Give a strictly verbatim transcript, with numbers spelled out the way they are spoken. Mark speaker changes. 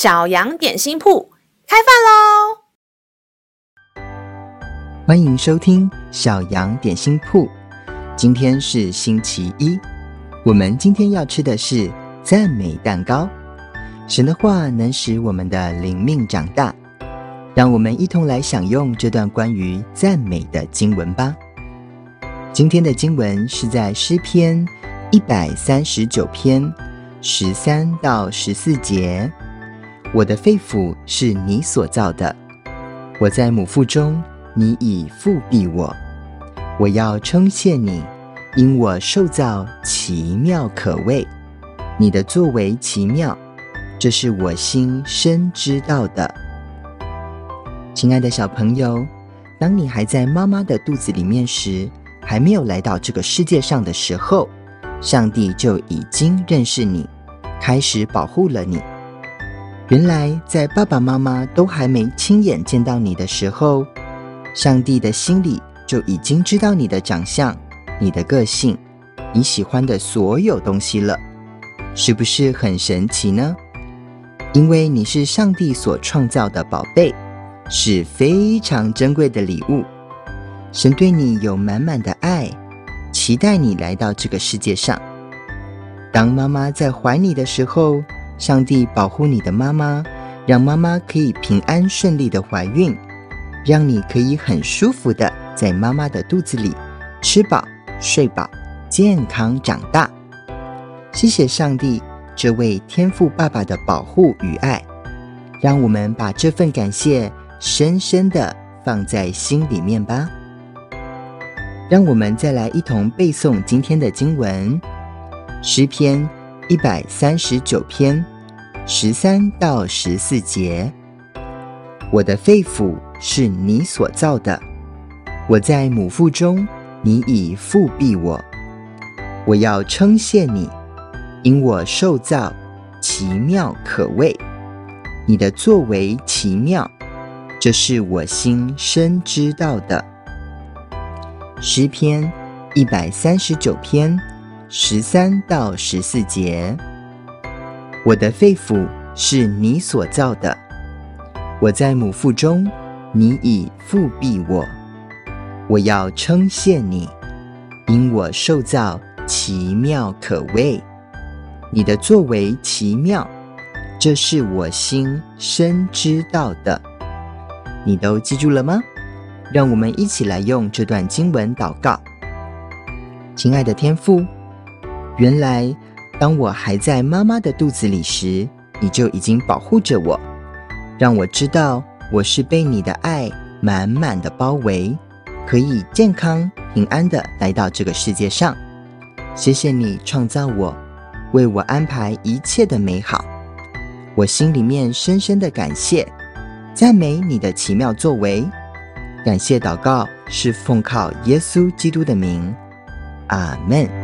Speaker 1: 小羊点心铺开饭喽！
Speaker 2: 欢迎收听小羊点心铺。今天是星期一，我们今天要吃的是赞美蛋糕。神的话能使我们的灵命长大，让我们一同来享用这段关于赞美的经文吧。今天的经文是在诗篇一百三十九篇十三到十四节。我的肺腑是你所造的，我在母腹中，你已复庇我。我要称谢你，因我受造奇妙可畏，你的作为奇妙，这是我心深知道的。亲爱的小朋友，当你还在妈妈的肚子里面时，还没有来到这个世界上的时候，上帝就已经认识你，开始保护了你。原来在爸爸妈妈都还没亲眼见到你的时候，上帝的心里就已经知道你的长相、你的个性、你喜欢的所有东西了，是不是很神奇呢？因为你是上帝所创造的宝贝，是非常珍贵的礼物。神对你有满满的爱，期待你来到这个世界上。当妈妈在怀你的时候，上帝保护你的妈妈，让妈妈可以平安顺利的怀孕，让你可以很舒服的在妈妈的肚子里吃饱睡饱，健康长大。谢谢上帝这位天父爸爸的保护与爱，让我们把这份感谢深深的放在心里面吧。让我们再来一同背诵今天的经文，诗篇一百三十九篇十三到十四节。我的肺腑是你所造的，我在母腹中，你已复庇我。我要称谢你，因我受造奇妙可畏，你的作为奇妙，这是我心深知道的。诗篇一百三十九篇十三到十四节。我的肺腑是你所造的，我在母腹中，你已复庇我。我要称谢你，因我受造奇妙可畏，你的作为奇妙，这是我心深知道的。你都记住了吗？让我们一起来用这段经文祷告。亲爱的天父，原来当我还在妈妈的肚子里时，你就已经保护着我，让我知道我是被你的爱满满的包围，可以健康平安的来到这个世界上。谢谢你创造我，为我安排一切的美好，我心里面深深的感谢，赞美你的奇妙作为。感谢祷告是奉靠耶稣基督的名，阿们。